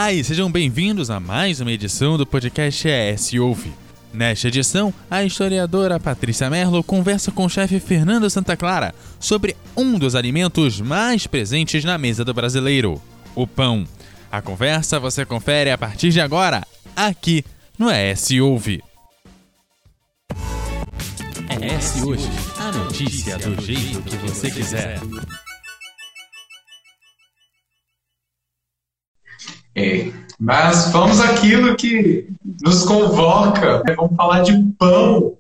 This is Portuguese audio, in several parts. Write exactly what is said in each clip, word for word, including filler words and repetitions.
Olá e sejam bem-vindos a mais uma edição do podcast E S Ouve. Nesta edição, a historiadora Patrícia Merlo conversa com o chefe Fernando Santa Clara sobre um dos alimentos mais presentes na mesa do brasileiro, o pão. A conversa você confere a partir de agora, aqui no E S Ouve. E S Hoje, a notícia do jeito que você quiser. É, mas vamos àquilo que nos convoca, né? Vamos falar de pão,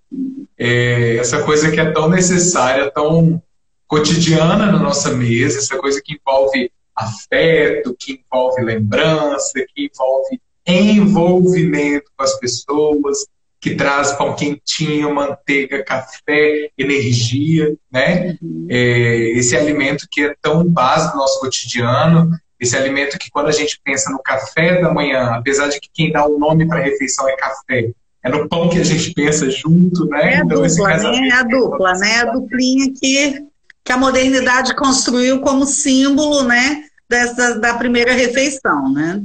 é, essa coisa que é tão necessária, tão cotidiana na nossa mesa, essa coisa que envolve afeto, que envolve lembrança, que envolve envolvimento com as pessoas, que traz pão quentinho, manteiga, café, energia, né? É, esse alimento que é tão básico do nosso cotidiano. Esse alimento que quando a gente pensa no café da manhã, apesar de que quem dá o nome para a refeição é café, é no pão que a gente pensa junto, né? É a então, dupla, esse né? É a dupla, né? A duplinha que, que a modernidade construiu como símbolo, né? Dessa, da primeira refeição, né?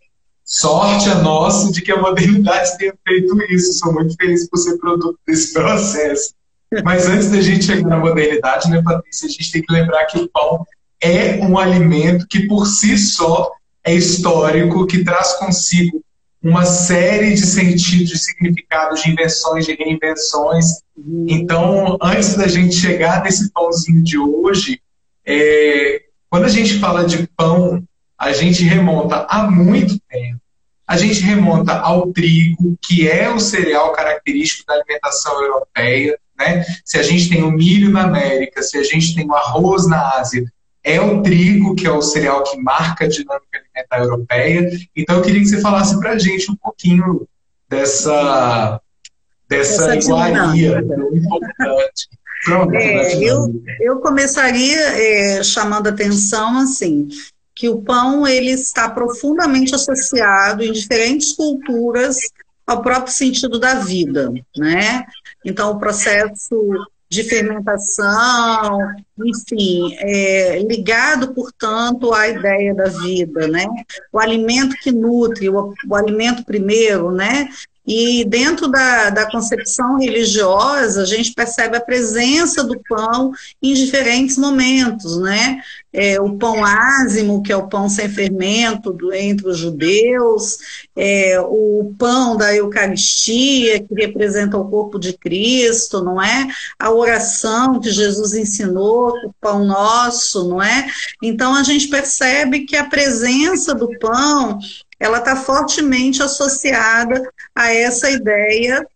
Sorte a nossa de que a modernidade tenha feito isso. Sou muito feliz por ser produto desse processo. Mas antes da gente chegar na modernidade, né, Patrícia, a gente tem que lembrar que o pão é um alimento que por si só é histórico, que traz consigo uma série de sentidos, de significados, de invenções, de reinvenções. Então, antes da gente chegar nesse pãozinho de hoje, é, quando a gente fala de pão, a gente remonta há muito tempo. A gente remonta ao trigo, que é o cereal característico da alimentação europeia, né? Se a gente tem o milho na América, se a gente tem o arroz na Ásia, é o trigo, que é o cereal que marca a dinâmica alimentar europeia. Então, eu queria que você falasse para a gente um pouquinho dessa, dessa iguaria tão importante. Pronto, é, eu, eu começaria é, chamando a atenção, assim, que o pão ele está profundamente associado em diferentes culturas ao próprio sentido da vida, né? Então, o processo de fermentação, enfim, é, ligado, portanto, à ideia da vida, né? O alimento que nutre, o, o alimento primeiro, né? E dentro da, da concepção religiosa, a gente percebe a presença do pão em diferentes momentos, né? É, o pão ázimo, que é o pão sem fermento do, entre os judeus, é, o pão da Eucaristia, que representa o corpo de Cristo, não é? A oração que Jesus ensinou, o pão nosso, não é? Então, a gente percebe que a presença do pão ela está fortemente associada a essa ideia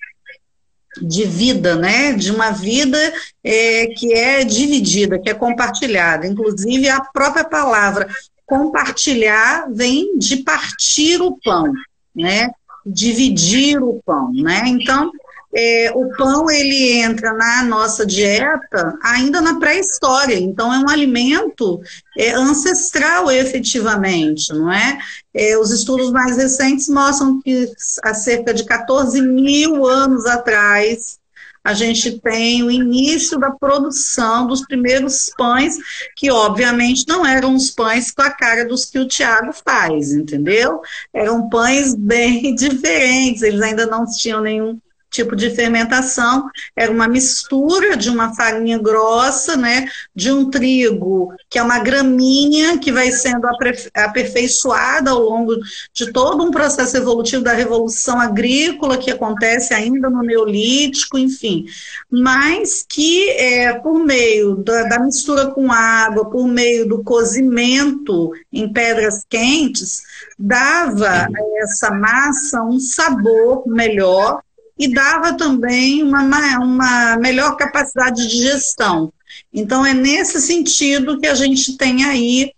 de vida, né? De uma vida é, que é dividida, que é compartilhada. Inclusive, a própria palavra compartilhar vem de partir o pão, né? Dividir o pão, né? Então, é, o pão ele entra na nossa dieta ainda na pré-história, então é um alimento é, ancestral efetivamente, não é? é? Os estudos mais recentes mostram que há cerca de quatorze mil anos atrás a gente tem o início da produção dos primeiros pães, que obviamente não eram os pães com a cara dos que o Tiago faz, entendeu? Eram pães bem diferentes, eles ainda não tinham nenhum tipo de fermentação, era uma mistura de uma farinha grossa, né, de um trigo, que é uma gramínea que vai sendo aperfeiçoada ao longo de todo um processo evolutivo da revolução agrícola que acontece ainda no Neolítico, enfim, mas que é, por meio da, da mistura com água, por meio do cozimento em pedras quentes, dava a essa massa um sabor melhor e dava também uma, uma melhor capacidade de digestão. Então, é nesse sentido que a gente tem aí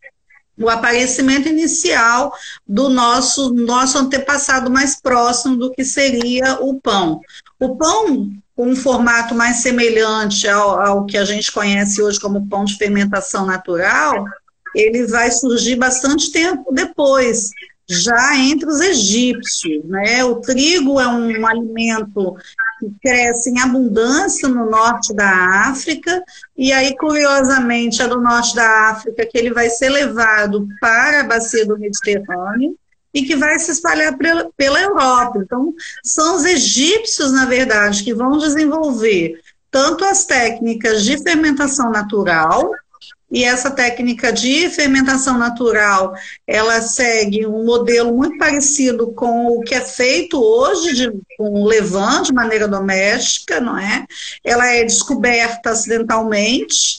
o aparecimento inicial do nosso, nosso antepassado mais próximo do que seria o pão. O pão, com um formato mais semelhante ao, ao que a gente conhece hoje como pão de fermentação natural, ele vai surgir bastante tempo depois, já entre os egípcios, né? O trigo é um alimento que cresce em abundância no norte da África, e aí, curiosamente, é do norte da África que ele vai ser levado para a bacia do Mediterrâneo, e que vai se espalhar pela, pela Europa. Então, são os egípcios, na verdade, que vão desenvolver tanto as técnicas de fermentação natural, e essa técnica de fermentação natural, ela segue um modelo muito parecido com o que é feito hoje de, com o levain de maneira doméstica, não é? Ela é descoberta acidentalmente,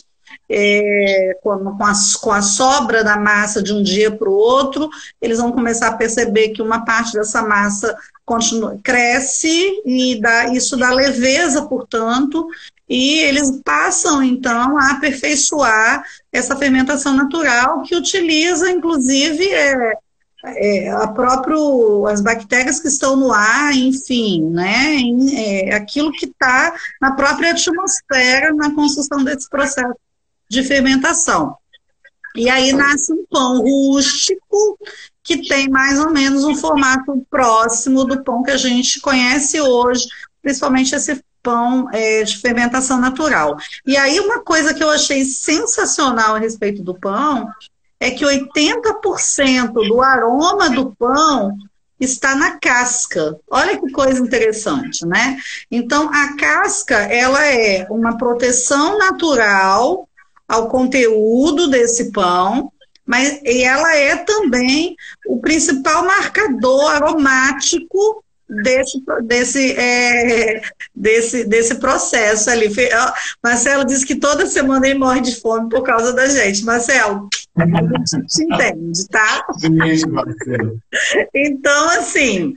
é, com, com, a, com a sobra da massa de um dia para o outro, eles vão começar a perceber que uma parte dessa massa continua, cresce, e dá, isso dá leveza, portanto, e eles passam, então, a aperfeiçoar essa fermentação natural, que utiliza, inclusive, é, é, a próprio, as bactérias que estão no ar, enfim, né, é, aquilo que está na própria atmosfera na construção desse processo de fermentação. E aí nasce um pão rústico, que tem mais ou menos um formato próximo do pão que a gente conhece hoje, principalmente esse pão é, de fermentação natural. E aí uma coisa que eu achei sensacional a respeito do pão é que oitenta por cento do aroma do pão está na casca. Olha que coisa interessante, né? Então, a casca, ela é uma proteção natural ao conteúdo desse pão, mas e ela é também o principal marcador aromático desse, desse, é, desse, desse processo ali. Marcelo disse que toda semana ele morre de fome por causa da gente. Marcelo, a gente te entende, tá? Beijo, Marcelo. Então, assim,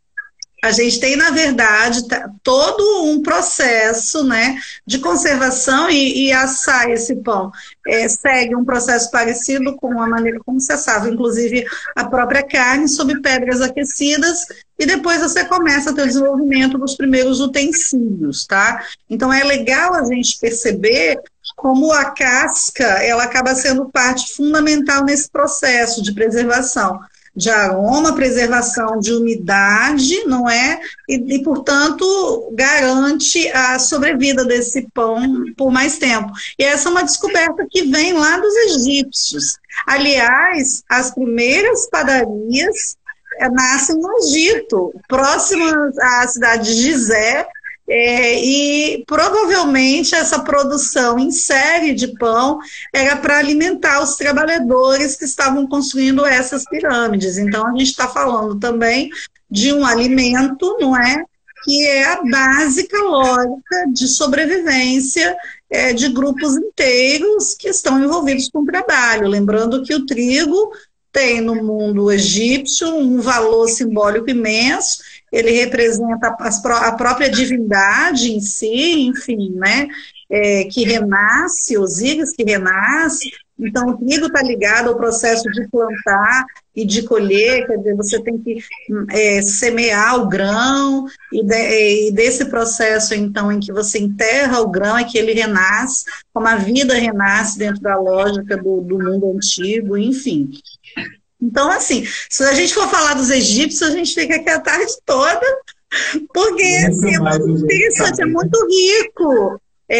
a gente tem, na verdade, tá, todo um processo, né, de conservação, e, e assar esse pão é, segue um processo parecido com a maneira como se assava, inclusive a própria carne, sob pedras aquecidas, e depois você começa a ter o desenvolvimento dos primeiros utensílios, tá? Então é legal a gente perceber como a casca, ela acaba sendo parte fundamental nesse processo de preservação de aroma, preservação de umidade, não é? E, e, portanto, garante a sobrevida desse pão por mais tempo. E essa é uma descoberta que vem lá dos egípcios. Aliás, as primeiras padarias é, nascem no Egito, próximas à cidade de Gizé, É, e provavelmente essa produção em série de pão era para alimentar os trabalhadores que estavam construindo essas pirâmides. Então a gente está falando também de um alimento, não é, que é a básica lógica de sobrevivência é, de grupos inteiros que estão envolvidos com o trabalho. Lembrando que o trigo tem no mundo egípcio um valor simbólico imenso. Ele representa a própria divindade em si, enfim, né, é, que renasce, Osíris que renasce. Então, o trigo está ligado ao processo de plantar e de colher, quer dizer, você tem que é, semear o grão, e, de, e desse processo, então, em que você enterra o grão, é que ele renasce, como a vida renasce dentro da lógica do, do mundo antigo, enfim. Então, assim, se a gente for falar dos egípcios, a gente fica aqui a tarde toda, porque assim, é muito interessante, é muito rico,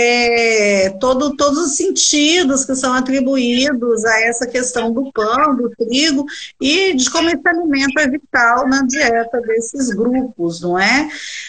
é, todo, todos os sentidos que são atribuídos a essa questão do pão, do trigo, e de como esse alimento é vital na dieta desses grupos, não é?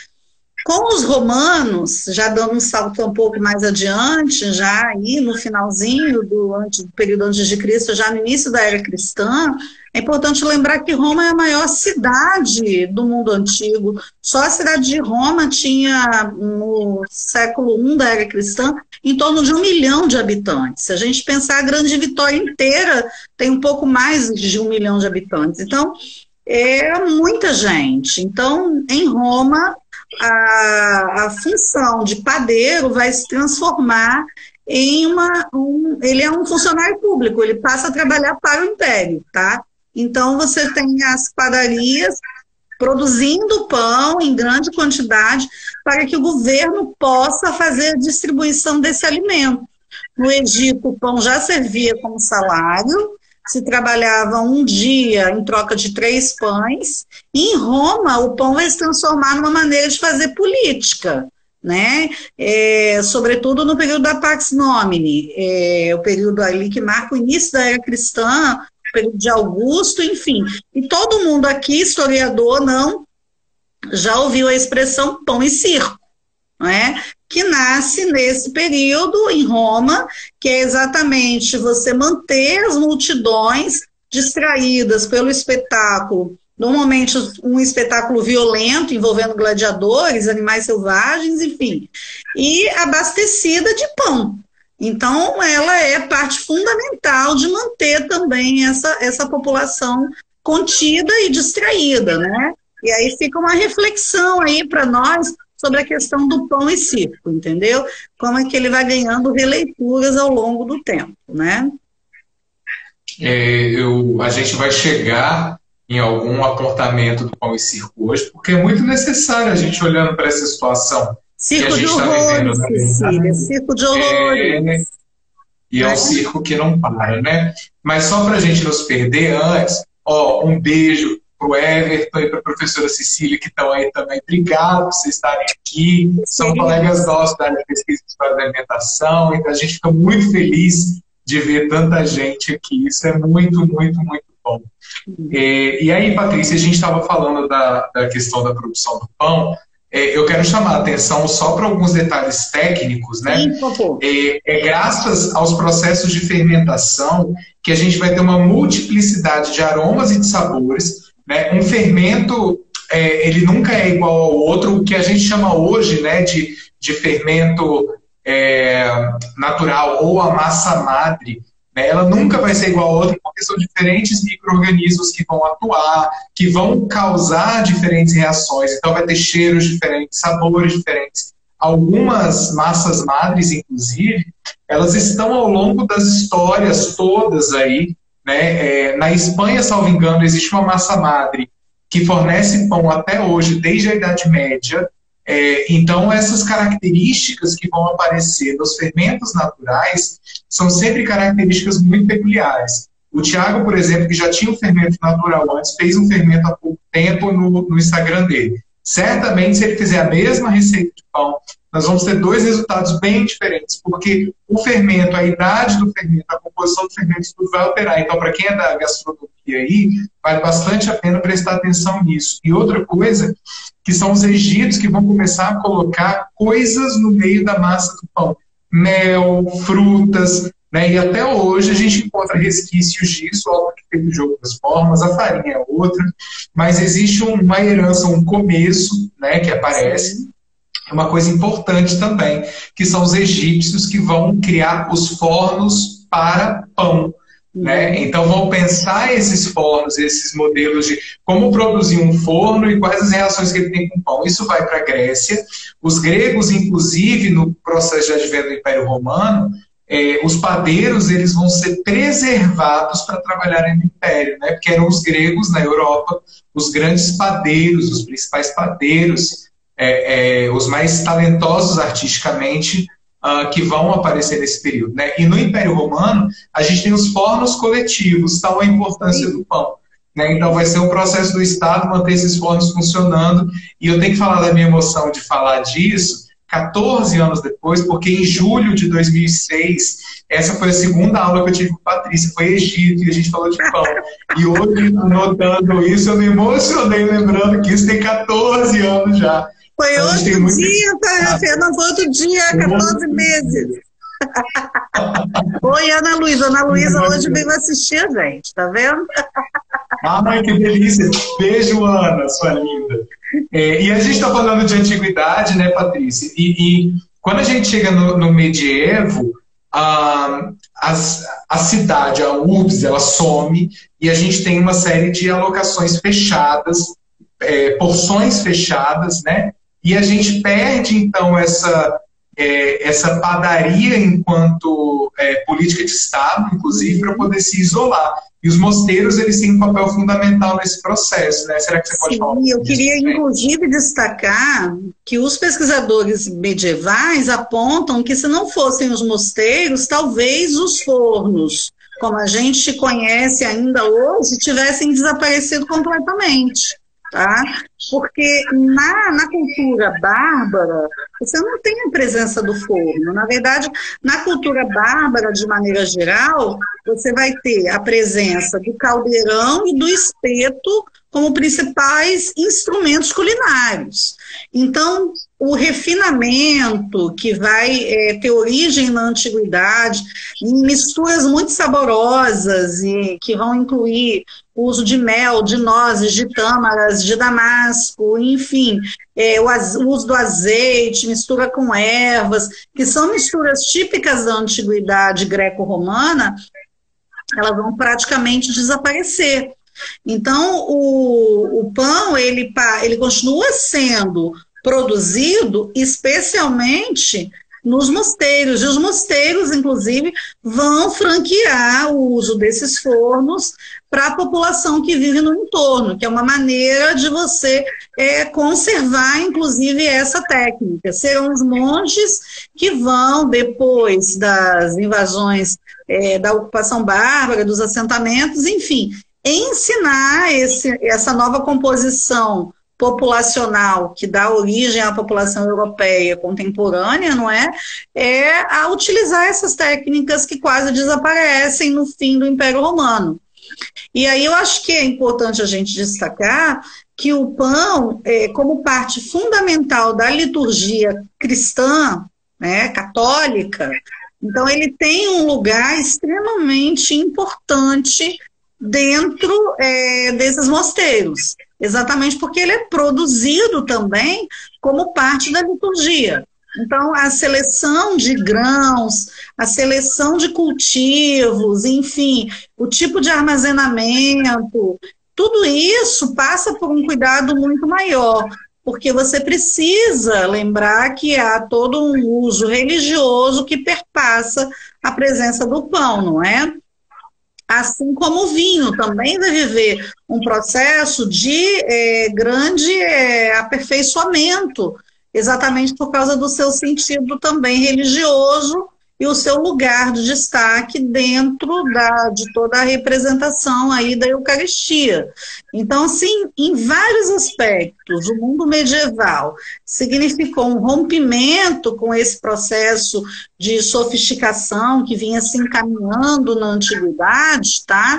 Com os romanos, já dando um salto um pouco mais adiante, já aí no finalzinho do, antes, do período antes de Cristo, já no início da era cristã, é importante lembrar que Roma é a maior cidade do mundo antigo. Só a cidade de Roma tinha, no século I da era cristã, em torno de um milhão de habitantes. Se a gente pensar, a Grande Vitória inteira tem um pouco mais de um milhão de habitantes. Então, é muita gente. Então, em Roma, A, a função de padeiro vai se transformar em uma... Um, ele é um funcionário público, ele passa a trabalhar para o império, tá? Então, você tem as padarias produzindo pão em grande quantidade para que o governo possa fazer a distribuição desse alimento. No Egito, o pão já servia como salário, se trabalhava um dia em troca de três pães, e em Roma o pão vai se transformar numa maneira de fazer política, né? É, sobretudo no período da Pax Nomini, é, o período ali que marca o início da era cristã, período de Augusto, enfim. E todo mundo aqui, historiador, não, já ouviu a expressão pão e circo, não é? Que nasce nesse período em Roma, que é exatamente você manter as multidões distraídas pelo espetáculo, normalmente um espetáculo violento envolvendo gladiadores, animais selvagens, enfim, e abastecida de pão. Então, ela é parte fundamental de manter também essa, essa população contida e distraída, né? E aí fica uma reflexão aí para nós sobre a questão do pão e circo, entendeu? Como é que ele vai ganhando releituras ao longo do tempo, né? É, eu, a gente vai chegar em algum apontamento do pão e circo hoje, porque é muito necessário a gente olhando para essa situação circo que a gente está vivendo. Circo de horrores, Cecília, circo de horrores. É, e é um circo que não para, né? Mas só para a gente não se perder antes, ó, um beijo para o Everton e para a professora Cecília, que estão aí também. Obrigado por vocês estarem aqui. São Sim. colegas nossos da área de pesquisa de história da alimentação, então a gente fica muito feliz de ver tanta gente aqui. Isso é muito, muito, muito bom. É, e aí, Patrícia, a gente estava falando da, da questão da produção do pão. É, eu quero chamar a atenção só para alguns detalhes técnicos, né? Sim, por favor. É, é graças aos processos de fermentação que a gente vai ter uma multiplicidade de aromas e de sabores, né? Um fermento, é, ele nunca é igual ao outro. O que a gente chama hoje, né, de, de fermento é, natural ou a massa madre, né, ela nunca vai ser igual a outra, porque são diferentes micro-organismos que vão atuar, que vão causar diferentes reações. Então vai ter cheiros diferentes, sabores diferentes. Algumas massas madres, inclusive, elas estão ao longo das histórias todas aí, né? É, na Espanha, salvo engano, existe uma massa madre que fornece pão até hoje, desde a Idade Média. É, então, essas características que vão aparecer nos fermentos naturais são sempre características muito peculiares. O Tiago, por exemplo, que já tinha um fermento natural antes, fez um fermento há pouco tempo no, no Instagram dele. Certamente, se ele fizer a mesma receita de pão, nós vamos ter dois resultados bem diferentes, porque o fermento, a idade do fermento, a composição do fermento, tudo vai alterar. Então, para quem é da gastronomia aí, vale bastante a pena prestar atenção nisso. E outra coisa, que são os egípcios que vão começar a colocar coisas no meio da massa do pão. Mel, frutas, né? E até hoje a gente encontra resquícios disso, algo que feito de outras formas, a farinha é outra, mas existe uma herança, um começo, né, que aparece. Sim. Uma coisa importante também, que são os egípcios que vão criar os fornos para pão. Né? Então vão pensar esses fornos, esses modelos de como produzir um forno e quais as reações que ele tem com o pão. Isso vai para a Grécia. Os gregos, inclusive, no processo de advento do Império Romano, eh, os padeiros eles vão ser preservados para trabalharem no Império, né? Porque eram os gregos na Europa, os grandes padeiros, os principais padeiros, eh, eh, os mais talentosos artisticamente, Uh, que vão aparecer nesse período, né? E no Império Romano, a gente tem os fornos coletivos, tal a importância do pão, né? Então vai ser um processo do Estado manter esses fornos funcionando, e eu tenho que falar da minha emoção de falar disso, quatorze anos depois, porque em julho de dois mil e seis, essa foi a segunda aula que eu tive com a Patrícia, foi Egito, e a gente falou de pão. E hoje, notando isso, eu me emocionei lembrando que isso tem quatorze anos já. Foi outro muito... dia, tá, Fernando, foi outro dia, quatorze meses. Oi, Ana Luísa. Ana Luísa hoje veio assistir a gente, tá vendo? Ai, que delícia. Beijo, Ana, sua linda. É, e a gente está falando de antiguidade, né, Patrícia? E, e quando a gente chega no, no medievo, a, as, a cidade, a urbs, ela some e a gente tem uma série de alocações fechadas, é, porções fechadas, né? E a gente perde, então, essa, é, essa padaria enquanto é, política de Estado, inclusive, para poder se isolar. E os mosteiros, eles têm um papel fundamental nesse processo, né? Será que você pode Sim, falar um pouco eu queria, disso, inclusive, destacar que os pesquisadores medievais apontam que, se não fossem os mosteiros, talvez os fornos, como a gente conhece ainda hoje, tivessem desaparecido completamente. tá? Porque na, na cultura bárbara, você não tem a presença do forno. Na verdade, na cultura bárbara, de maneira geral, você vai ter a presença do caldeirão e do espeto como principais instrumentos culinários. Então, o refinamento que vai é, ter origem na antiguidade, em misturas muito saborosas e que vão incluir o uso de mel, de nozes, de tâmaras, de damasco, enfim, é, o, o uso do azeite, mistura com ervas, que são misturas típicas da antiguidade greco-romana, elas vão praticamente desaparecer. Então, o, o pão, ele, ele continua sendo produzido especialmente nos mosteiros, e os mosteiros, inclusive, vão franquear o uso desses fornos para a população que vive no entorno, que é uma maneira de você é, conservar, inclusive, essa técnica. Serão os monges que vão, depois das invasões é, da ocupação bárbara, dos assentamentos, enfim, ensinar esse, essa nova composição populacional que dá origem à população europeia contemporânea, não é? É a utilizar essas técnicas que quase desaparecem no fim do Império Romano. E aí eu acho que é importante a gente destacar que o pão, é, como parte fundamental da liturgia cristã, né, católica, então ele tem um lugar extremamente importante dentro é, desses mosteiros, exatamente porque ele é produzido também como parte da liturgia. Então, a seleção de grãos, a seleção de cultivos, enfim, o tipo de armazenamento, tudo isso passa por um cuidado muito maior, porque você precisa lembrar que há todo um uso religioso que perpassa a presença do pão, não é? Assim como o vinho também vai viver um processo de é, grande é, aperfeiçoamento, exatamente por causa do seu sentido também religioso e o seu lugar de destaque dentro da, de toda a representação aí da Eucaristia. Então, assim, em vários aspectos, o mundo medieval significou um rompimento com esse processo de sofisticação que vinha se encaminhando na antiguidade, tá?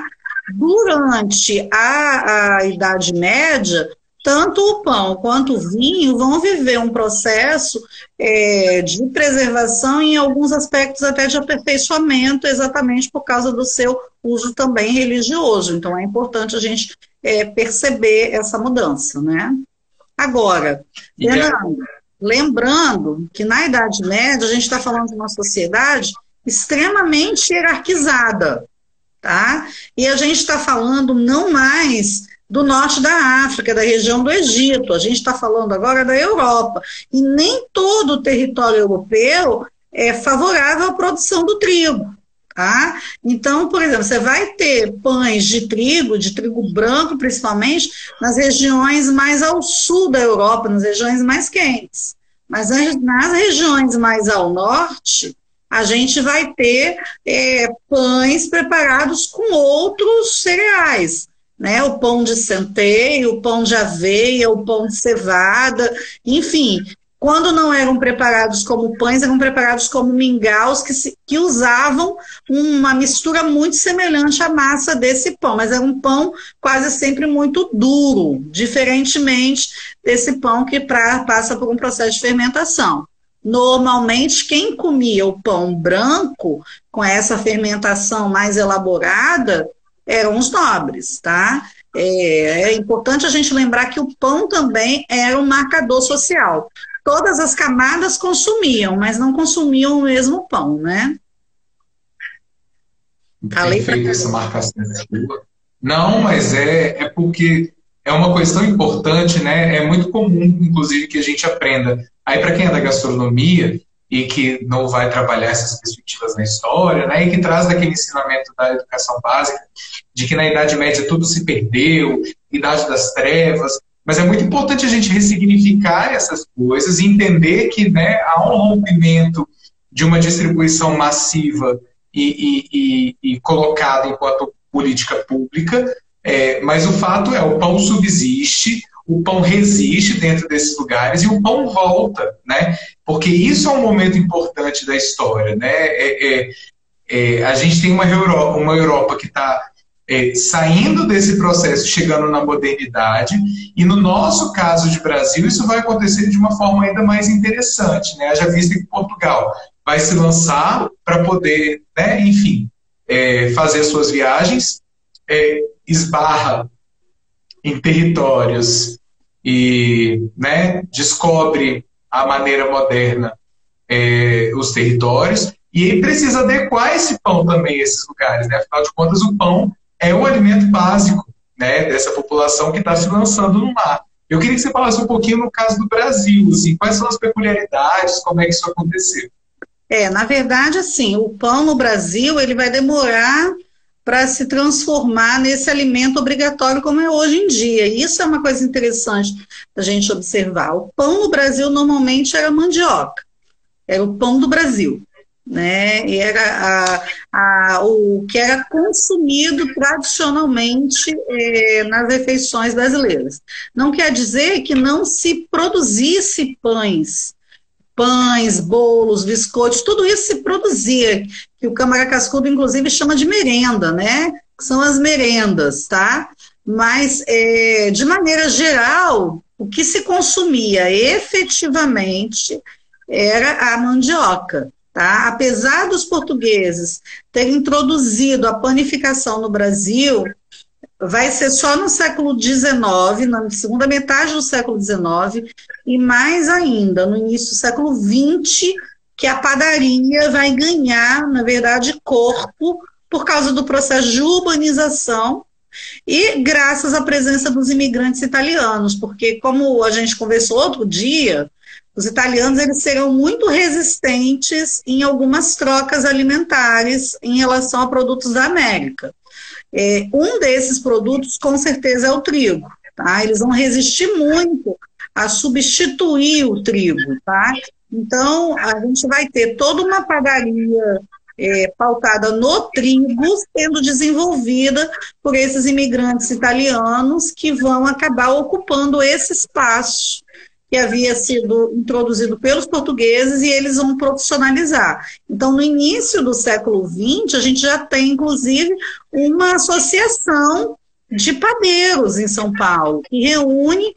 Durante a, a Idade Média, tanto o pão quanto o vinho vão viver um processo é, de preservação e, em alguns aspectos, até de aperfeiçoamento, exatamente por causa do seu uso também religioso. Então, é importante a gente é, perceber essa mudança, né? Agora, Fernando, lembrando que na Idade Média a gente está falando de uma sociedade extremamente hierarquizada, tá? E a gente está falando não mais do norte da África, da região do Egito, a gente está falando agora da Europa, e nem todo o território europeu é favorável à produção do trigo, tá? Então, por exemplo, você vai ter pães de trigo, de trigo branco principalmente, nas regiões mais ao sul da Europa, nas regiões mais quentes, mas nas regiões mais ao norte, a gente vai ter é, pães preparados com outros cereais, né, o pão de centeio, o pão de aveia, o pão de cevada, enfim, quando não eram preparados como pães, eram preparados como mingaus que, se, que usavam uma mistura muito semelhante à massa desse pão, mas era um pão quase sempre muito duro, diferentemente desse pão que pra, passa por um processo de fermentação. Normalmente, quem comia o pão branco, com essa fermentação mais elaborada, eram os nobres, tá? É, é importante a gente lembrar que o pão também era um marcador social. Todas as camadas consumiam, mas não consumiam o mesmo pão, né? Perfeito essa marcação. Não, mas é, é porque é uma questão importante, né? É muito comum, inclusive, que a gente aprenda. Aí, para quem é da gastronomia e que não vai trabalhar essas perspectivas na história, né, e que traz daquele ensinamento da educação básica, de que na Idade Média tudo se perdeu, Idade das Trevas, mas é muito importante a gente ressignificar essas coisas e entender que, né, há um rompimento de uma distribuição massiva e, e, e, e colocada enquanto política pública, é, mas o fato é, o pão subsiste, o pão resiste dentro desses lugares e o pão volta, né? Porque isso é um momento importante da história, né? É, é, é, a gente tem uma Europa, uma Europa que está é, saindo desse processo, chegando na modernidade, e no nosso caso de Brasil, isso vai acontecer de uma forma ainda mais interessante, né? Já visto que Portugal vai se lançar para poder, né, enfim, é, fazer suas viagens, é, esbarra em territórios e, né, descobre a maneira moderna é, os territórios e precisa adequar esse pão também a esses lugares, né? Afinal de contas, o pão é o alimento básico, né, dessa população que está se lançando no mar. Eu queria que você falasse um pouquinho no caso do Brasil, assim, quais são as peculiaridades, como é que isso aconteceu? É, na verdade, assim, o pão no Brasil ele vai demorar para se transformar nesse alimento obrigatório como é hoje em dia. Isso é uma coisa interessante da gente observar. O pão no Brasil normalmente era mandioca, era o pão do Brasil, né? E era a, a, o que era consumido tradicionalmente é, nas refeições brasileiras. Não quer dizer que não se produzisse pães, pães, bolos, biscoitos, tudo isso se produzia, que o Câmara Cascudo, inclusive, chama de merenda, né? Que são as merendas, tá? Mas, é, de maneira geral, o que se consumia efetivamente era a mandioca, tá? Apesar dos portugueses terem introduzido a panificação no Brasil, vai ser só no século dezenove, na segunda metade do século dezenove, e mais ainda, no início do século vinte, que a padaria vai ganhar, na verdade, corpo, por causa do processo de urbanização e graças à presença dos imigrantes italianos, porque, como a gente conversou outro dia, os italianos eles serão muito resistentes em algumas trocas alimentares em relação a produtos da América. É, um desses produtos, com certeza, é o trigo, tá? Eles vão resistir muito a substituir o trigo, tá? Então, a gente vai ter toda uma padaria é, pautada no trigo sendo desenvolvida por esses imigrantes italianos que vão acabar ocupando esse espaço que havia sido introduzido pelos portugueses e eles vão profissionalizar. Então, no início do século vinte, a gente já tem, inclusive, uma associação de padeiros em São Paulo, que reúne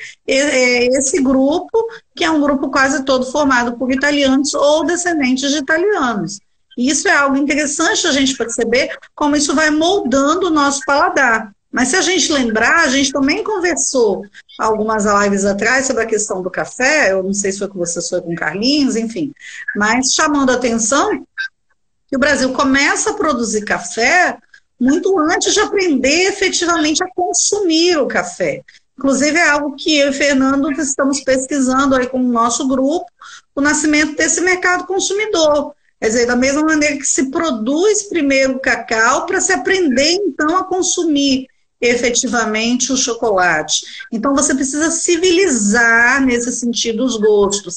esse grupo, que é um grupo quase todo formado por italianos ou descendentes de italianos. E isso é algo interessante a gente perceber como isso vai moldando o nosso paladar. Mas se a gente lembrar, a gente também conversou algumas lives atrás sobre a questão do café, eu não sei se foi com você, se foi com o Carlinhos, enfim, mas chamando a atenção que o Brasil começa a produzir café muito antes de aprender efetivamente a consumir o café. Inclusive é algo que eu e o Fernando estamos pesquisando aí com o nosso grupo, o nascimento desse mercado consumidor. Quer dizer, da mesma maneira que se produz primeiro o cacau para se aprender então a consumir efetivamente o chocolate. Então você precisa civilizar nesse sentido os gostos,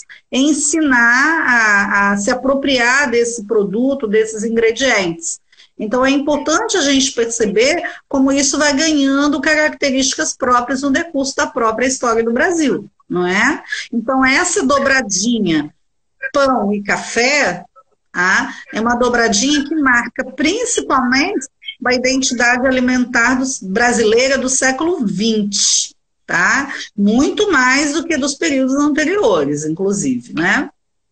ensinar a, a se apropriar desse produto, desses ingredientes. Então é importante a gente perceber como isso vai ganhando características próprias no decurso da própria história do Brasil, não é? Então essa dobradinha pão e café ah, é uma dobradinha que marca principalmente a identidade alimentar dos, brasileira do século vinte, tá? Muito mais do que dos períodos anteriores, inclusive, né?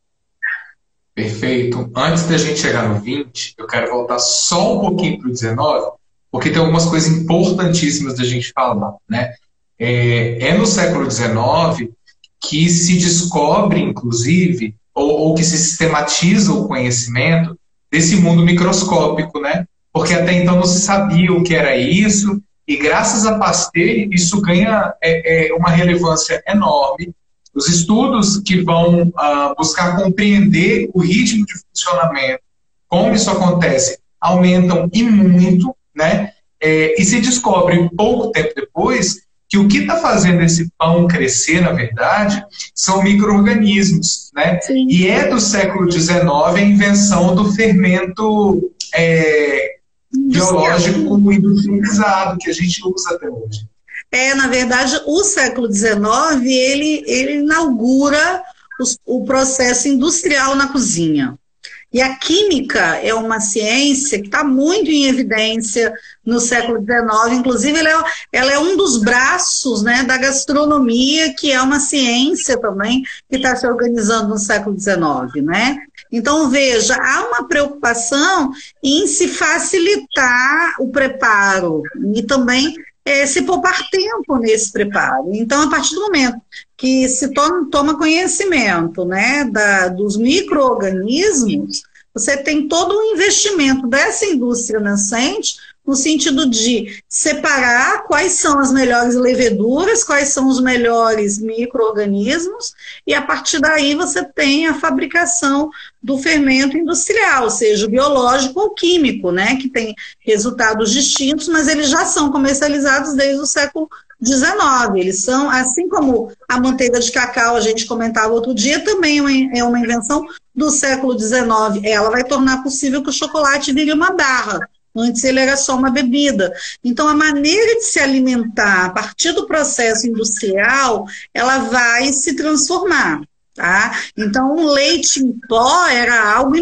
Perfeito. Antes da gente chegar no vinte, eu quero voltar só um pouquinho para o dezenove, porque tem algumas coisas importantíssimas da gente falar, né? É, é no século dezenove que se descobre, inclusive, ou, ou que se sistematiza o conhecimento desse mundo microscópico, né? Porque até então não se sabia o que era isso, e graças a Pasteur isso ganha é, é, uma relevância enorme. Os estudos que vão uh, buscar compreender o ritmo de funcionamento, como isso acontece, aumentam e muito, né? É, e se descobre pouco tempo depois que o que está fazendo esse pão crescer, na verdade, são micro-organismos, né? Sim. E é do século dezenove a invenção do fermento é, biológico industrializado, que a gente usa até hoje. É, na verdade, o século dezenove, ele, ele inaugura os, o processo industrial na cozinha. E a química é uma ciência que está muito em evidência no século dezenove, inclusive ela é, ela é um dos braços, né, da gastronomia, que é uma ciência também que está se organizando no século dezenove, né? Então, veja, há uma preocupação em se facilitar o preparo e também é, se poupar tempo nesse preparo. Então, a partir do momento que se toma, toma conhecimento, né, da, dos micro-organismos, você tem todo um investimento dessa indústria nascente no sentido de separar quais são as melhores leveduras, quais são os melhores micro-organismos, e a partir daí você tem a fabricação do fermento industrial, seja biológico ou químico, né, que tem resultados distintos, mas eles já são comercializados desde o século dezenove. Eles são, assim como a manteiga de cacau, a gente comentava outro dia, também é uma invenção do século dezenove. Ela vai tornar possível que o chocolate vire uma barra. Antes ele era só uma bebida. Então, a maneira de se alimentar a partir do processo industrial, ela vai se transformar. Tá? Então, o leite em pó era algo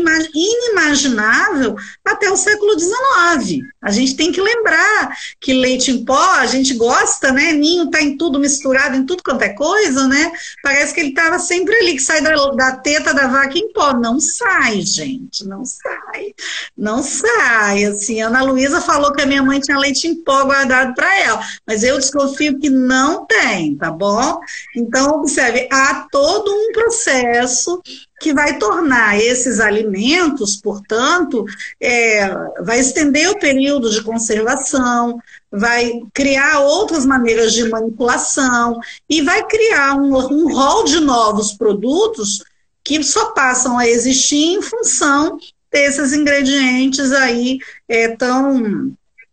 inimaginável até o século dezenove. A gente tem que lembrar que leite em pó, a gente gosta, né? Ninho está em tudo misturado, em tudo quanto é coisa, né? Parece que ele estava sempre ali, que sai da, da teta da vaca em pó. Não sai, gente, não sai. Não sai. Assim, a Ana Luísa falou que a minha mãe tinha leite em pó guardado para ela, mas eu desconfio que não tem, tá bom? Então, observe, há todo um processo que vai tornar esses alimentos, portanto, é, vai estender o período de conservação, vai criar outras maneiras de manipulação e vai criar um, um rol de novos produtos que só passam a existir em função desses ingredientes aí é, tão...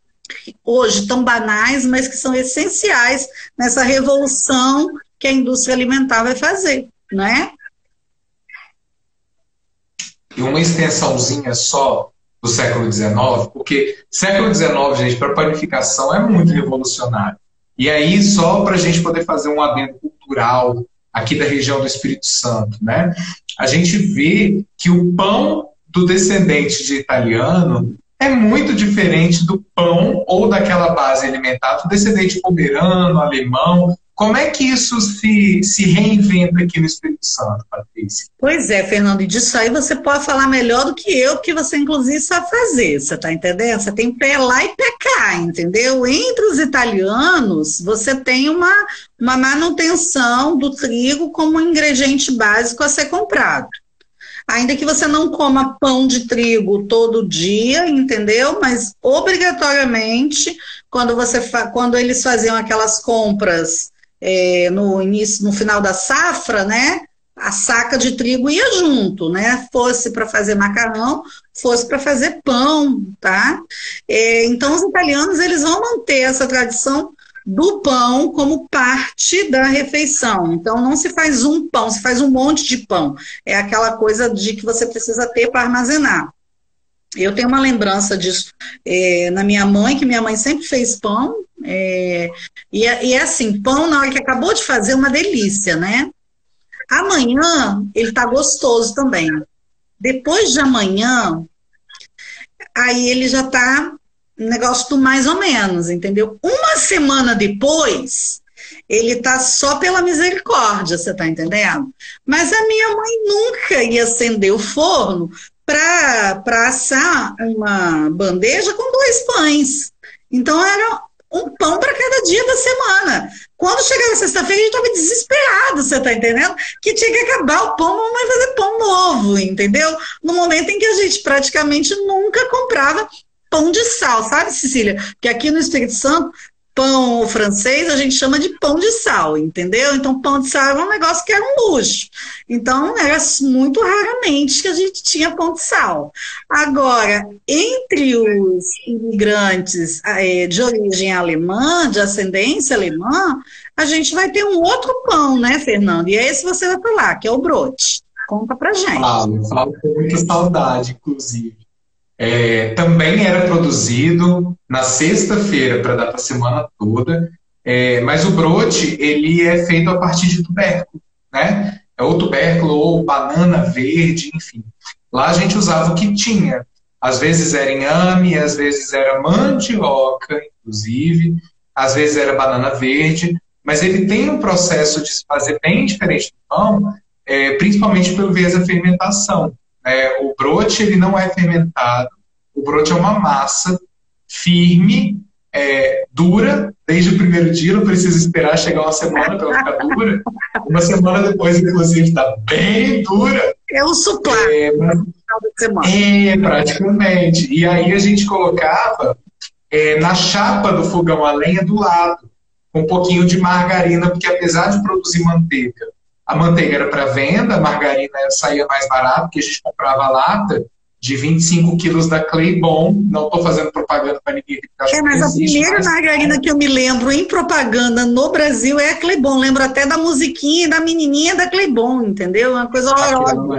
hoje tão banais, mas que são essenciais nessa revolução que a indústria alimentar vai fazer, né? E uma extensãozinha só do século dezenove, porque século dezenove, gente, para panificação é muito revolucionário. E aí, só para a gente poder fazer um adendo cultural aqui da região do Espírito Santo, né? A gente vê que o pão do descendente de italiano é muito diferente do pão ou daquela base alimentar do descendente pomerano, alemão. Como é que isso se, se reinventa aqui no Espírito Santo, Patrícia? Pois é, Fernando, e disso aí você pode falar melhor do que eu, porque você inclusive sabe fazer, você está entendendo? Você tem pé lá e pé cá, entendeu? Entre os italianos, você tem uma, uma manutenção do trigo como um ingrediente básico a ser comprado. Ainda que você não coma pão de trigo todo dia, entendeu? Mas, obrigatoriamente, quando, você fa... quando eles faziam aquelas compras é, no início, no final da safra, né? A saca de trigo ia junto, né? Fosse para fazer macarrão, fosse para fazer pão, tá? É, então, os italianos, eles vão manter essa tradição do pão como parte da refeição. Então, não se faz um pão, se faz um monte de pão. É aquela coisa de que você precisa ter para armazenar. Eu tenho uma lembrança disso é, na minha mãe, que minha mãe sempre fez pão, é, e, e é assim, pão na hora que acabou de fazer, uma delícia, né? Amanhã, ele tá gostoso também. Depois de amanhã, aí ele já tá um negócio do mais ou menos, entendeu? Uma semana depois, ele tá só pela misericórdia, você tá entendendo? Mas a minha mãe nunca ia acender o forno para assar uma bandeja com dois pães. Então, era um pão para cada dia da semana. Quando chegava sexta-feira, a gente estava desesperado, você tá entendendo? Que tinha que acabar o pão, mas fazer pão novo, entendeu? No momento em que a gente praticamente nunca comprava pão de sal, sabe, Cecília? Porque aqui no Espírito Santo, pão francês a gente chama de pão de sal, entendeu? Então, pão de sal era um negócio que era um luxo. Então, era muito raramente que a gente tinha pão de sal. Agora, entre os imigrantes é, de origem alemã, de ascendência alemã, a gente vai ter um outro pão, né, Fernando? E é esse que você vai falar, que é o brote. Conta pra gente. Falo, falo com muita saudade, inclusive. É, também era produzido na sexta-feira para dar para a semana toda. É, mas o brote, ele é feito a partir de tubérculo, né? É ou tubérculo ou banana verde, enfim. Lá a gente usava o que tinha. Às vezes era inhame, às vezes era mandioca, inclusive, às vezes era banana verde, mas ele tem um processo de se fazer bem diferente do pão, é, principalmente pelo viés da fermentação. É, o brote, ele não é fermentado, o brote é uma massa firme, é, dura, desde o primeiro dia, não precisa esperar chegar uma semana para ela ficar dura. Uma semana depois, inclusive, está bem dura. É o suplá. É, mas, é, praticamente. E aí a gente colocava é, na chapa do fogão a lenha do lado, com um pouquinho de margarina, porque apesar de produzir manteiga, a manteiga era para venda, a margarina saía mais barato, porque a gente comprava a lata de vinte e cinco quilos da Claybon. Não estou fazendo propaganda para ninguém. É, mas a existe, primeira mas... margarina que eu me lembro em propaganda no Brasil é a Claybon. Lembro até da musiquinha e da menininha da Claybon, entendeu? Uma coisa horrorosa.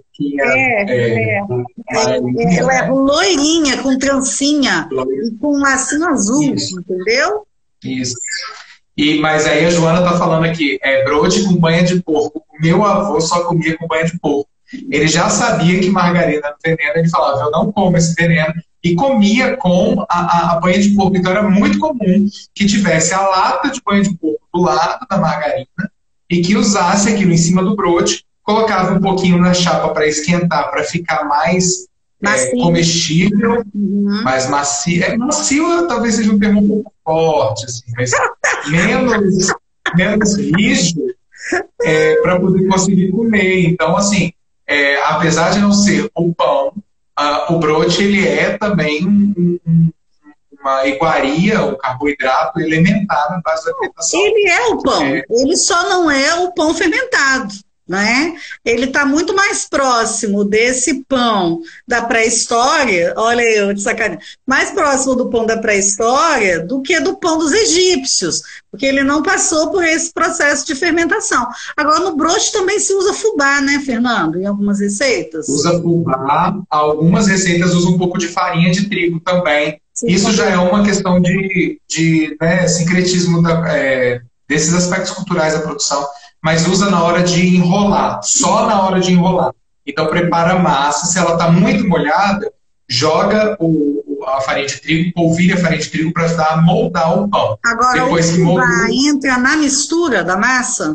É, é, é, é, ela é loirinha, com trancinha e com um lacinho azul, isso. Entendeu? Isso. E, mas aí a Joana está falando aqui, é brote com banha de porco. O meu avô só comia com banha de porco. Ele já sabia que margarina era veneno, ele falava, eu não como esse veneno, e comia com a, a, a banha de porco. Então era muito comum que tivesse a lata de banha de porco do lado da margarina e que usasse aquilo em cima do brote, colocava um pouquinho na chapa para esquentar, para ficar mais é, comestível, uhum. mais macio. É, macio talvez seja um termo um pouco forte, assim, mas menos, menos rígido é, para poder conseguir comer. Então, assim, É, apesar de não ser o pão, uh, o brote ele é também um, um, uma iguaria, um carboidrato elementar na base da fermentação. Ele é o pão, é. Ele só não é o pão fermentado, né? Ele está muito mais próximo desse pão da pré-história, olha eu de sacanagem, mais próximo do pão da pré-história do que do pão dos egípcios, porque ele não passou por esse processo de fermentação. Agora, no brote também se usa fubá, né, Fernando, em algumas receitas? Usa fubá, algumas receitas usam um pouco de farinha de trigo também. Sim, isso já é uma questão de, de né, sincretismo da, é, desses aspectos culturais da produção, mas usa na hora de enrolar, só na hora de enrolar. Então, prepara a massa, se ela está muito molhada, joga o, a farinha de trigo, polvilha a farinha de trigo para ajudar a moldar o pão. Agora, depois o que moldou, entra na mistura da massa?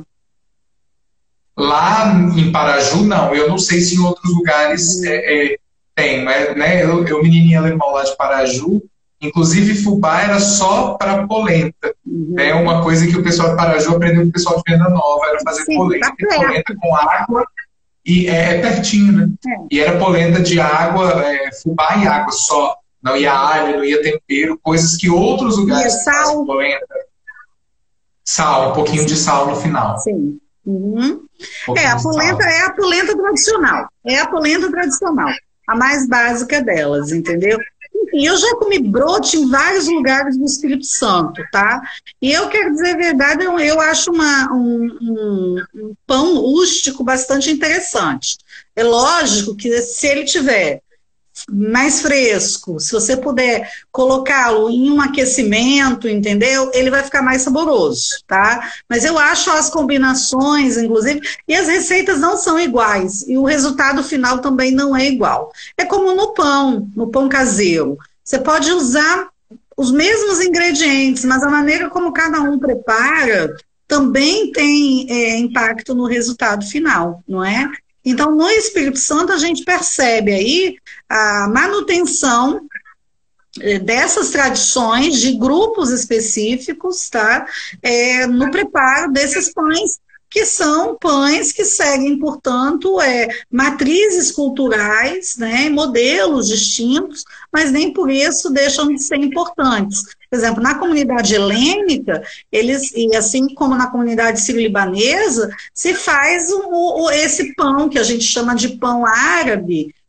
Lá em Paraju, não. Eu não sei se em outros lugares uhum. é, é, tem. Mas, né, eu, eu, menininha alemão lá de Paraju, inclusive fubá era só para polenta. Uhum. É uma coisa que o pessoal de Paraju aprendeu com o pessoal de Venda Nova, era fazer Sim, polenta, tá polenta com água, e é, é pertinho, né? É. E era polenta de água, é, fubá e água só. Não ia alho, não ia tempero, coisas que outros lugares fazem polenta. Sal, um pouquinho de sal no final. Sim. Uhum. Um é, a polenta é a polenta tradicional. É a polenta tradicional. A mais básica delas, entendeu? E eu já comi brote em vários lugares do Espírito Santo, tá? E eu quero dizer a verdade, eu, eu acho uma, um, um, um pão rústico bastante interessante. É lógico que se ele tiver mais fresco, se você puder colocá-lo em um aquecimento, entendeu? Ele vai ficar mais saboroso, tá? Mas eu acho as combinações, inclusive, e as receitas não são iguais, e o resultado final também não é igual. É como no pão, no pão caseiro. Você pode usar os mesmos ingredientes, mas a maneira como cada um prepara também tem é, impacto no resultado final, não é? Então, no Espírito Santo, a gente percebe aí a manutenção dessas tradições de grupos específicos, tá? É, no preparo desses pães, que são pães que seguem, portanto, é, matrizes culturais, né, modelos distintos, mas nem por isso deixam de ser importantes. Por exemplo, na comunidade helênica, eles, e assim como na comunidade sírio-libanesa, se faz o, o, esse pão que a gente chama de pão árabe,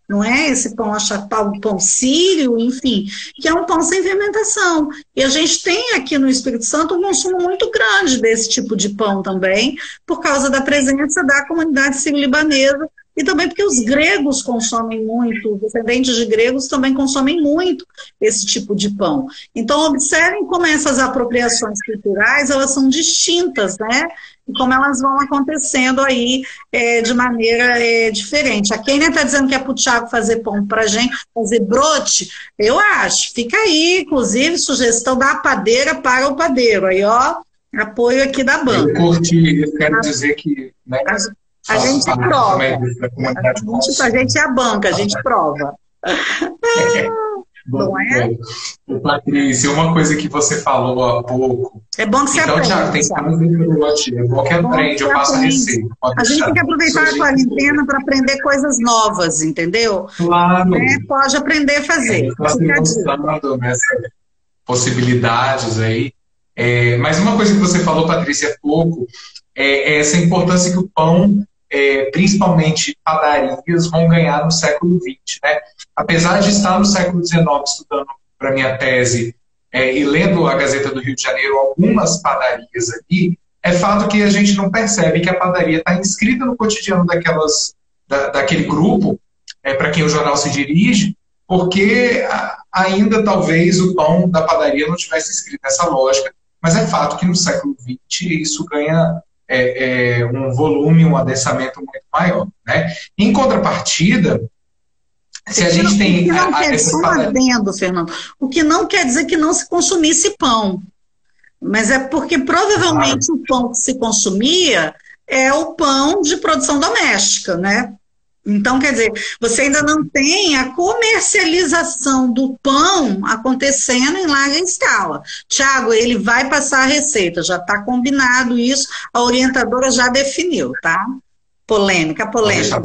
não é? Esse pão achatado, o pão sírio, enfim, que é um pão sem fermentação. E a gente tem aqui no Espírito Santo um consumo muito grande desse tipo de pão também, por causa da presença da comunidade sírio-libanesa, e também porque os gregos consomem muito, os descendentes de gregos também consomem muito esse tipo de pão. Então, observem como essas apropriações culturais, elas são distintas, né? E como elas vão acontecendo aí é, de maneira é, diferente. A Kênia está dizendo que é para o Thiago fazer pão para a gente, fazer brote. Eu acho, fica aí, inclusive, sugestão da padeira para o padeiro. Aí, ó, apoio aqui da banca. Eu curti, eu quero dizer que... Né, a, a gente prova. A gente, a gente é a banca, a gente prova. É. Bom, não é? Bom, Patrícia, uma coisa que você falou há pouco. É bom que você então, aprende. Então, já tem que aprender. É bom que aprende, eu passo a receita. A gente tem que aproveitar a quarentena para aprender coisas novas, entendeu? Claro. É, pode aprender a fazer. Está se mostrando nessas possibilidades aí. É, mas uma coisa que você falou, Patrícia, há pouco, é essa importância que o pão, é, principalmente padarias, vão ganhar no século vinte, né? Apesar de estar no século dezenove estudando para minha tese é, e lendo a Gazeta do Rio de Janeiro algumas padarias ali, é fato que a gente não percebe que a padaria está inscrita no cotidiano daquelas, da, daquele grupo, é, para quem o jornal se dirige, porque a, ainda talvez o pão da padaria não tivesse escrito nessa lógica, mas é fato que no século vinte isso ganha é, é, um volume, um adensamento muito maior, né? Em contrapartida, se a gente tem... O que não a, quer, a, só um adendo, Fernando, o que não quer dizer que não se consumisse pão, mas é porque provavelmente claro. O pão que se consumia é o pão de produção doméstica, né? Então, quer dizer, você ainda não tem a comercialização do pão acontecendo em larga escala. Tiago, ele vai passar a receita, já está combinado isso, a orientadora já definiu, tá? Polêmica, polêmica.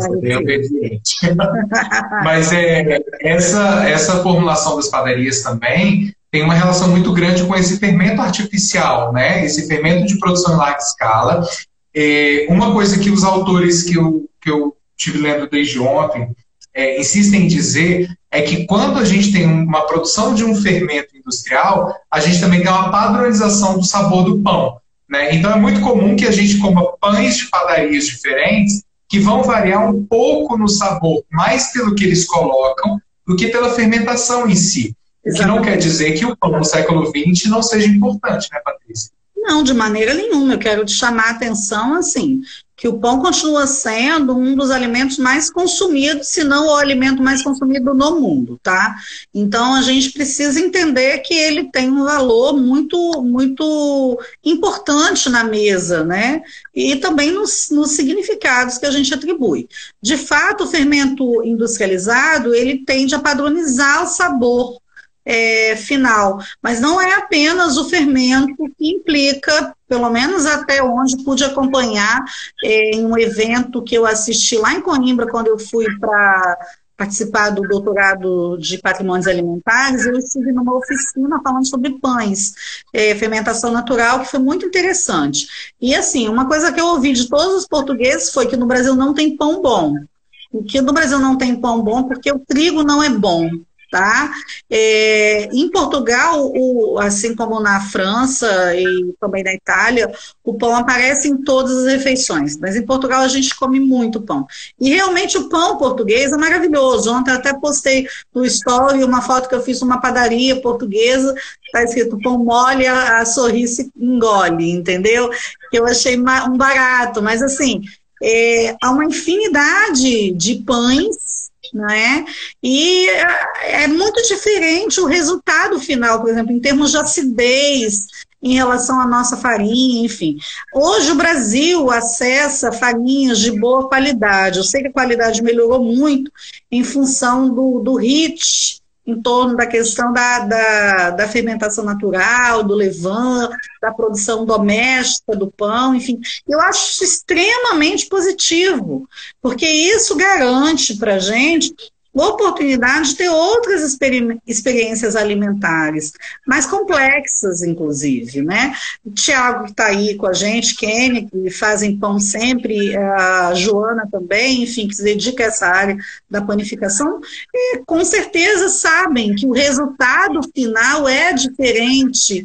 Mas é, essa, essa formulação das padarias também tem uma relação muito grande com esse fermento artificial, né? Esse fermento de produção em larga escala. É, uma coisa que os autores que eu, que eu estive lendo desde ontem é, insistem em dizer é que quando a gente tem uma produção de um fermento industrial, a gente também tem uma padronização do sabor do pão. Né? Então é muito comum que a gente coma pães de padarias diferentes que vão variar um pouco no sabor, mais pelo que eles colocam do que pela fermentação em si. O que não quer dizer que o pão no século vinte não seja importante, né, Patrícia? Não, de maneira nenhuma. Eu quero te chamar a atenção, assim, que o pão continua sendo um dos alimentos mais consumidos, se não o alimento mais consumido no mundo, tá? Então, a gente precisa entender que ele tem um valor muito, muito importante na mesa, né? E também nos, nos significados que a gente atribui. De fato, o fermento industrializado, ele tende a padronizar o sabor É, final, mas não é apenas o fermento que implica, pelo menos até onde pude acompanhar é, em um evento que eu assisti lá em Coimbra, quando eu fui para participar do doutorado de patrimônios alimentares, eu estive numa oficina falando sobre pães, é, fermentação natural, que foi muito interessante. E assim, uma coisa que eu ouvi de todos os portugueses foi que no Brasil não tem pão bom. O que no Brasil não tem pão bom porque o trigo não é bom. Tá? É, em Portugal, o, assim como na França e também na Itália, o pão aparece em todas as refeições, mas em Portugal a gente come muito pão. E realmente o pão português é maravilhoso. Ontem eu até postei no story uma foto que eu fiz numa padaria portuguesa, está escrito pão mole, a, a sorriso engole, entendeu? Que eu achei um barato, mas assim, é, há uma infinidade de pães, né? E é muito diferente o resultado final, por exemplo, em termos de acidez, em relação à nossa farinha, enfim. Hoje o Brasil acessa farinhas de boa qualidade. Eu sei que a qualidade melhorou muito em função do, do R I T, em torno da questão da, da, da fermentação natural, do levain, da produção doméstica do pão, enfim. Eu acho isso extremamente positivo, porque isso garante para a gente oportunidade de ter outras experi experiências alimentares, mais complexas, inclusive, né? O Tiago, que está aí com a gente, Kenny, que fazem pão sempre, a Joana também, enfim, que se dedica a essa área da panificação, e com certeza sabem que o resultado final é diferente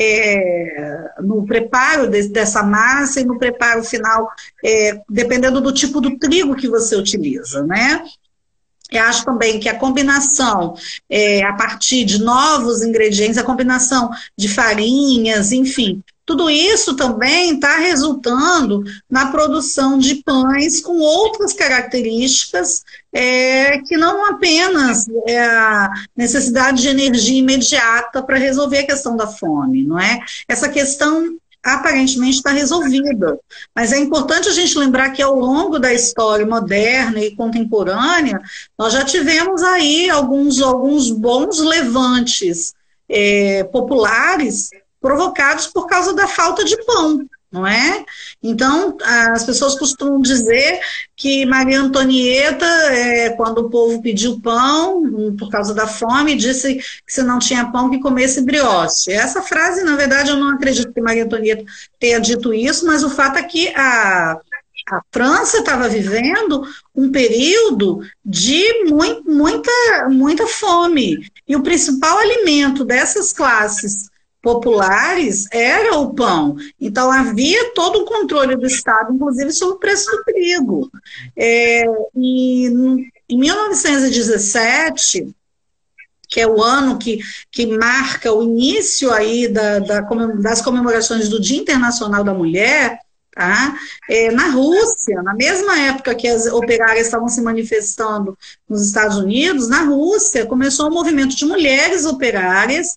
é, no preparo de, dessa massa e no preparo final, é, dependendo do tipo do trigo que você utiliza, né? Eu acho também que a combinação, é, a partir de novos ingredientes, a combinação de farinhas, enfim, tudo isso também está resultando na produção de pães com outras características, é, que não apenas é a necessidade de energia imediata para resolver a questão da fome, não é? Essa questão aparentemente está resolvida. Mas é importante a gente lembrar que ao longo da história moderna e contemporânea, nós já tivemos aí alguns, alguns bons levantes é, populares provocados por causa da falta de pão, não é? Então, as pessoas costumam dizer que Maria Antonieta, é, quando o povo pediu pão, por causa da fome, disse que se não tinha pão, que comesse brioche. Essa frase, na verdade, eu não acredito que Maria Antonieta tenha dito isso, mas o fato é que a, a França estava vivendo um período de muito, muita, muita fome. E o principal alimento dessas classes populares era o pão. Então havia todo o controle do Estado, inclusive sobre o preço do trigo. É, e em mil novecentos e dezessete, que é o ano que, que marca o início aí da, da, das comemorações do Dia Internacional da Mulher, tá? É, na Rússia, na mesma época que as operárias estavam se manifestando nos Estados Unidos, na Rússia começou um movimento de mulheres operárias,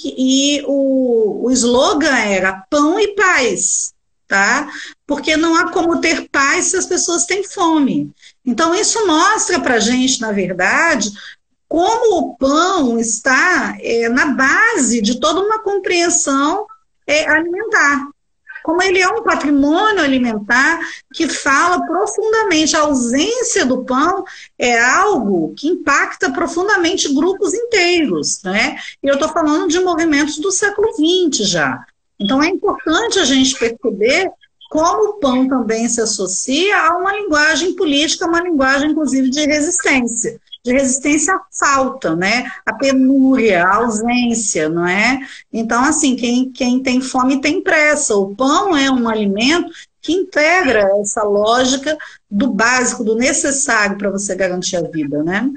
e o, o slogan era pão e paz, tá? Porque não há como ter paz se as pessoas têm fome. Então, isso mostra para a gente, na verdade, como o pão está é, na base de toda uma compreensão é, alimentar. Como ele é um patrimônio alimentar que fala profundamente, a ausência do pão é algo que impacta profundamente grupos inteiros, né? E eu estou falando de movimentos do século vinte já. Então é importante a gente perceber como o pão também se associa a uma linguagem política, uma linguagem, inclusive, de resistência. De resistência à falta, né? À penúria, à ausência, não é? Então, assim, quem, quem tem fome tem pressa. O pão é um alimento que integra essa lógica do básico, do necessário para você garantir a vida, né?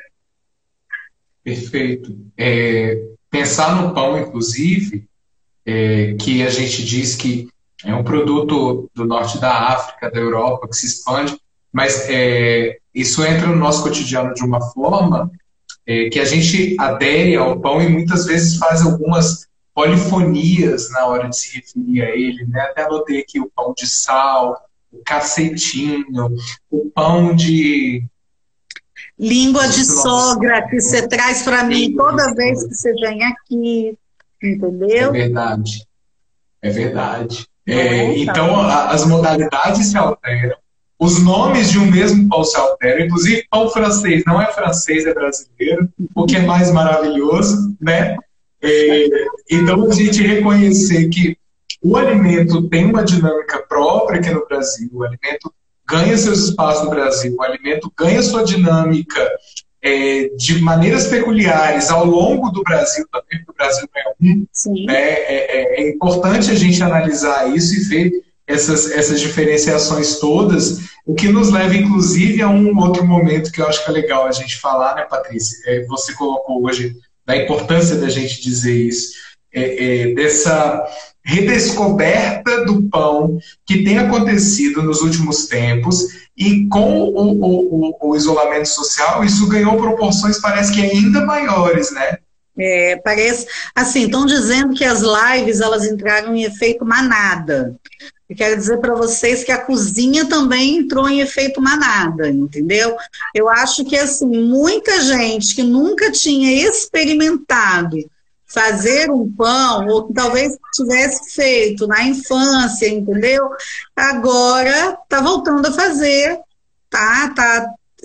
Perfeito. É, pensar no pão, inclusive, é, que a gente diz que é um produto do norte da África, da Europa, que se expande, mas é, isso entra no nosso cotidiano de uma forma é, que a gente adere ao pão e muitas vezes faz algumas polifonias na hora de se referir a ele, né? Até anotei aqui o pão de sal, o cacetinho, o pão de... língua de sogra, que você traz para mim toda vez que você vem aqui, entendeu? É verdade, é verdade. É, então, a, as modalidades se alteram, os nomes de um mesmo pão se alteram, inclusive pão francês não é francês, é brasileiro, o que é mais maravilhoso, né? É, então, a gente reconhecer que o alimento tem uma dinâmica própria aqui no Brasil, o alimento ganha seus espaços no Brasil, o alimento ganha sua dinâmica é, de maneiras peculiares ao longo do Brasil, também porque o Brasil não é um, né? é, é, é importante a gente analisar isso e ver essas, essas diferenciações todas, o que nos leva, inclusive, a um outro momento que eu acho que é legal a gente falar, né, Patrícia? É, você colocou hoje da importância da gente dizer isso, é, é, dessa redescoberta do pão que tem acontecido nos últimos tempos, e com o, o, o, o isolamento social, isso ganhou proporções, parece que ainda maiores, né? É, parece, assim, estão dizendo que as lives, elas entraram em efeito manada. Eu quero dizer para vocês que a cozinha também entrou em efeito manada, entendeu? Eu acho que, assim, muita gente que nunca tinha experimentado fazer um pão, ou que talvez tivesse feito na infância, entendeu? Agora está voltando a fazer, tá? Tá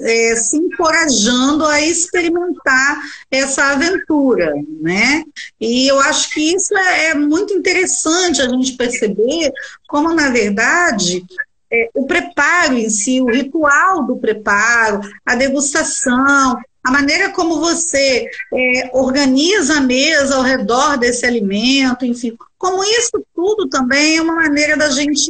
é, se encorajando a experimentar essa aventura, né? E eu acho que isso é, é muito interessante a gente perceber como, na verdade, é, o preparo em si, o ritual do preparo, a degustação, a maneira como você é, organiza a mesa ao redor desse alimento, enfim, como isso tudo também é uma maneira da gente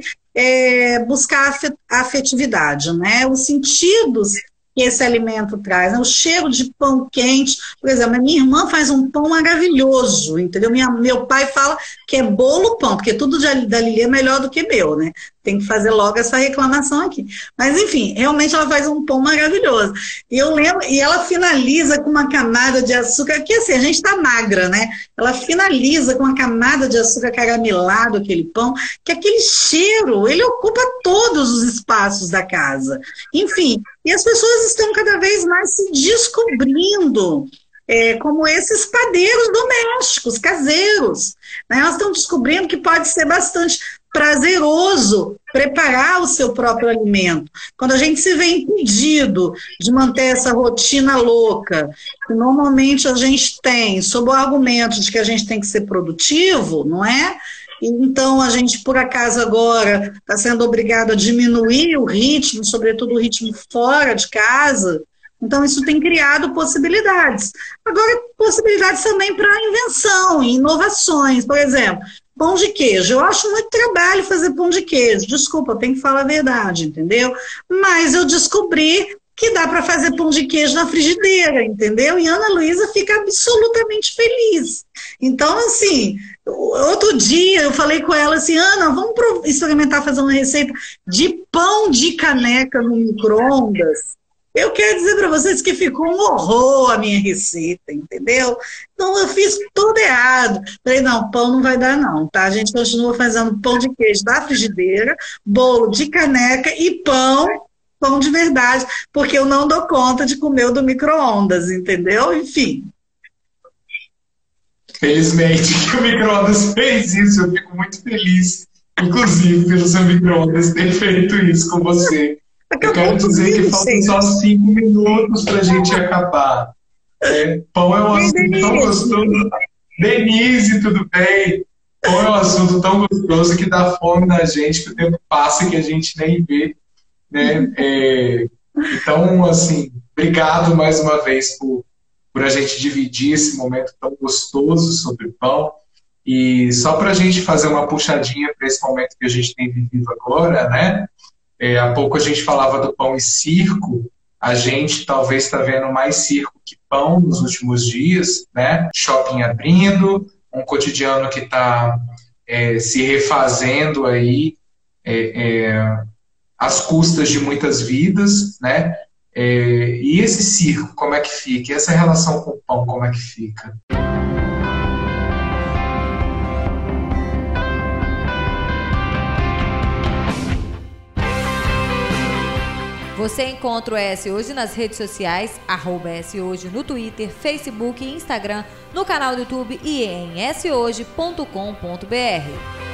é, buscar a afetividade, né? Os sentidos que esse alimento traz, né? O cheiro de pão quente, por exemplo, a minha irmã faz um pão maravilhoso, entendeu? Minha, meu pai fala que é bolo pão, porque tudo de, da Lili é melhor do que meu, né? Tem que fazer logo essa reclamação aqui. Mas, enfim, realmente ela faz um pão maravilhoso. E eu lembro, e ela finaliza com uma camada de açúcar, que assim, a gente tá magra, né? Ela finaliza com uma camada de açúcar caramelado, aquele pão, que aquele cheiro, ele ocupa todos os espaços da casa. Enfim, e as pessoas estão cada vez mais se descobrindo É, como esses padeiros domésticos, caseiros, né? Elas estão descobrindo que pode ser bastante prazeroso preparar o seu próprio alimento. Quando a gente se vê impedido de manter essa rotina louca, que normalmente a gente tem, sob o argumento de que a gente tem que ser produtivo, não é? Então, a gente, por acaso, agora está sendo obrigado a diminuir o ritmo, sobretudo o ritmo fora de casa. Então, isso tem criado possibilidades. Agora, possibilidades também para invenção e inovações. Por exemplo, pão de queijo. Eu acho muito trabalho fazer pão de queijo. Desculpa, eu tenho que falar a verdade, entendeu? Mas eu descobri que dá para fazer pão de queijo na frigideira, entendeu? E Ana Luísa fica absolutamente feliz. Então, assim, outro dia eu falei com ela assim, Ana, vamos experimentar fazer uma receita de pão de caneca no micro-ondas. Eu quero dizer para vocês que ficou um horror a minha receita, entendeu? Então eu fiz tudo errado. Falei, não, pão não vai dar não, tá? A gente continua fazendo pão de queijo da frigideira, bolo de caneca e pão, pão de verdade, porque eu não dou conta de comer o do micro-ondas, entendeu? Enfim. Felizmente que o micro-ondas fez isso, eu fico muito feliz, inclusive pelo seu micro-ondas ter feito isso com você. Eu quero dizer que faltam só cinco minutos para a gente acabar. É, pão é um assunto tão gostoso. Denise, tudo bem? Pão é um assunto tão gostoso que dá fome na gente, que o tempo passa e que a gente nem vê. Né? É, então, assim, obrigado mais uma vez por, por a gente dividir esse momento tão gostoso sobre pão. E só para a gente fazer uma puxadinha para esse momento que a gente tem vivido agora, né? É, há pouco a gente falava do pão e circo, a gente talvez está vendo mais circo que pão nos últimos dias, né? Shopping abrindo, um cotidiano que está é, se refazendo aí é, é, às custas de muitas vidas, né? É, e esse circo, como é que fica? E essa relação com o pão, como é que fica? Você encontra o E S Hoje nas redes sociais, arroba E S Hoje no Twitter, Facebook e Instagram, no canal do YouTube e em s hoje ponto com ponto b r.